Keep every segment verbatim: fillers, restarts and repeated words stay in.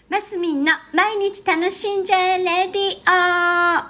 マスミンの毎日楽しんじゃえレディオ。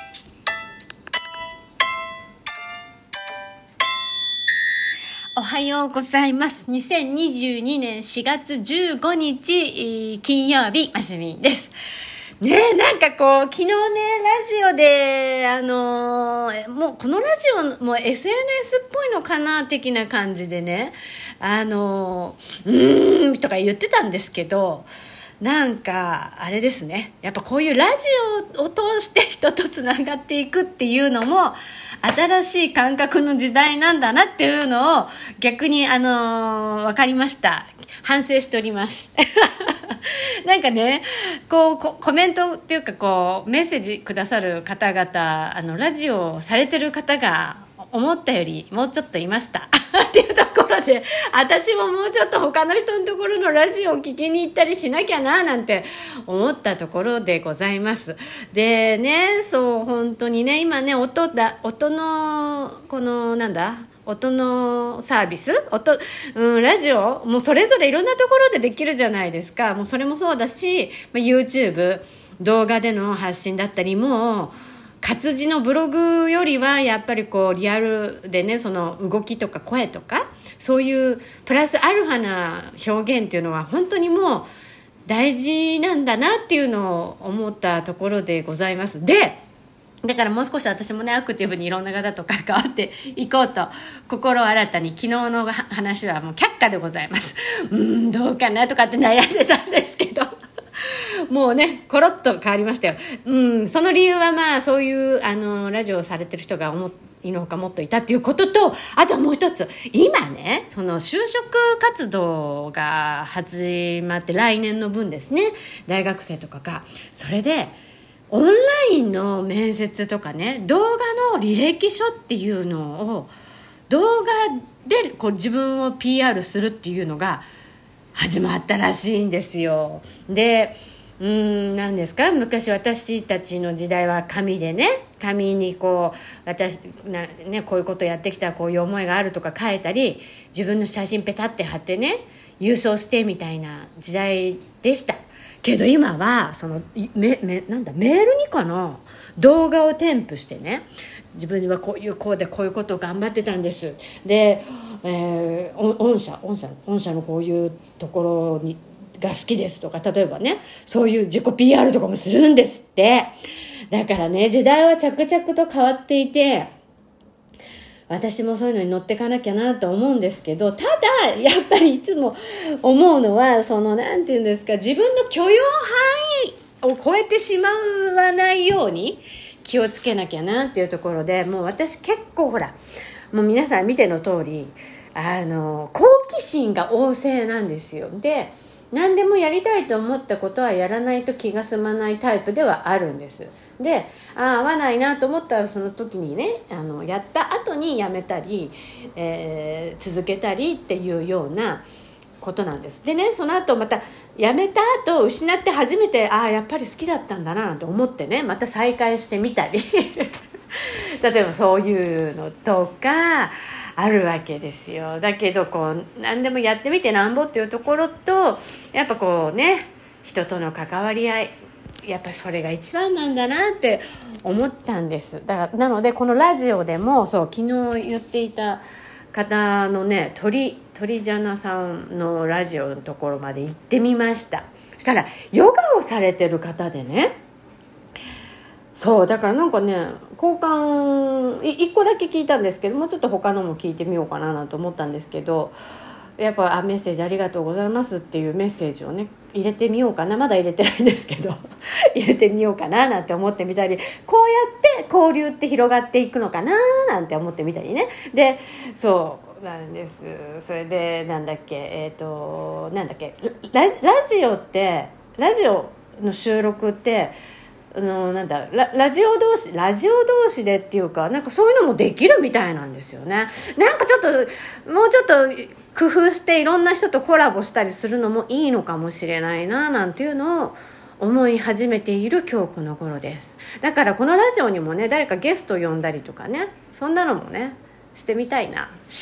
おはようございます。にせんにじゅうにねんしがつじゅうごにち金曜日、マスミンです。ねえ、なんかこう昨日ねラジオであのー、もうこのラジオも エスエヌエス っぽいのかな的な感じでね、あのー、うーんとか言ってたんですけど、なんかあれですね、やっぱこういうラジオを通して人とつながっていくっていうのも新しい感覚の時代なんだなっていうのを逆にあのー、分かりました。反省しておりますなんかね、こうコメントっていうかこうメッセージくださる方々、あのラジオをされてる方が思ったよりもうちょっといましたっていうところで、私ももうちょっと他の人のところのラジオを聞きに行ったりしなきゃななんて思ったところでございます。でね、そう本当にね、今ね音だ音のこのなんだ音のサービス音、うん、ラジオもうそれぞれいろんなところでできるじゃないですか。もうそれもそうだし、まあ、YouTube 動画での発信だったりも活字のブログよりはやっぱりこうリアルでね、その動きとか声とかそういうプラスアルファな表現っていうのは本当にもう大事なんだなっていうのを思ったところでございます。でだからもう少し私もねアクティブにいろんな方と関わっていこうと心新たに、昨日の話はもう却下でございます。うーんどうかなとかって悩んでたんですけどもうねコロッと変わりましたよ。うんその理由はまあそういうあのラジオをされてる人が思いいのかもっといたっていうことと、あとはもう一つ、今ねその就職活動が始まって来年の分ですね、大学生とかがそれでオンラインの面接とかね、動画の履歴書っていうのを動画でこう自分を ピーアール するっていうのが始まったらしいんですよ。でうーん何ですか、昔私たちの時代は紙でね、紙にこう私な、ね、こういうことやってきた、こういう思いがあるとか書いたり、自分の写真ペタって貼ってね郵送してみたいな時代でしたけど、今はそのめめなんだメールにかな動画を添付してね、自分はこういうこうでこういうことを頑張ってたんですで、えー、御社御社御社のこういうところにが好きですとか、例えばねそういう自己 ピーアール とかもするんですって。だからね時代は着々と変わっていて、私もそういうのに乗っていかなきゃなと思うんですけど、ただやっぱりいつも思うのは、そのなんていうんですか、自分の許容範囲を超えてしまわないように気をつけなきゃなっていうところで、もう私結構ほらもう皆さん見ての通りあの好奇心が旺盛なんですよ。で何でもやりたいと思ったことはやらないと気が済まないタイプではあるんです。であ合わないなと思ったらその時にねあのやった後にやめたり、えー、続けたりっていうようなことなんです。でねその後またやめた後失って初めてあやっぱり好きだったんだなと思ってねまた再開してみたり例えばそういうのとかあるわけですよ。だけどこう何でもやってみてなんぼっていうところと、やっぱこうね人との関わり合い、やっぱりそれが一番なんだなって思ったんです。だからなのでこのラジオでもそう昨日言っていた方のね鳥鳥ジャナさんのラジオのところまで行ってみました。そしたらヨガをされてる方でね、そうだからなんかね交換いっこだけ聞いたんですけど、もうちょっと他のも聞いてみようかななんて思ったんですけど、やっぱあメッセージありがとうございますっていうメッセージをね入れてみようかな、まだ入れてないんですけど入れてみようかななんて思ってみたり、こうやって交流って広がっていくのかななんて思ってみたりね。でそうなんです。それでなんだっけえっ、ー、となんだっけラ、ラジオってラジオの収録ってあのなんだ ラ, ラジオ同士ラジオ同士でっていうか、なんかそういうのもできるみたいなんですよね。なんかちょっともうちょっと工夫していろんな人とコラボしたりするのもいいのかもしれないななんていうのを思い始めている今日この頃です。だからこのラジオにもね誰かゲスト呼んだりとかね、そんなのもねしてみたいなしよ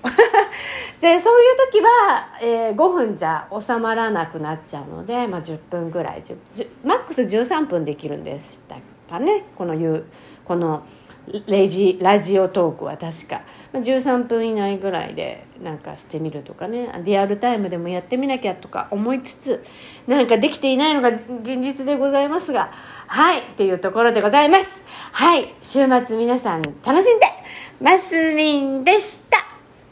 でそういう時は、えー、ごふんじゃ収まらなくなっちゃうので、まあ、じゅっぷんぐらいじゅじゅマックスじゅうさんぷんできるんでしたかね、このいうこのレジラジオトークは確か、まあ、じゅうさんぷん以内ぐらいでなんかしてみるとかね、リアルタイムでもやってみなきゃとか思いつつ、なんかできていないのが現実でございますが、はいっていうところでございます。はい、週末皆さん楽しんで、マスミンでした。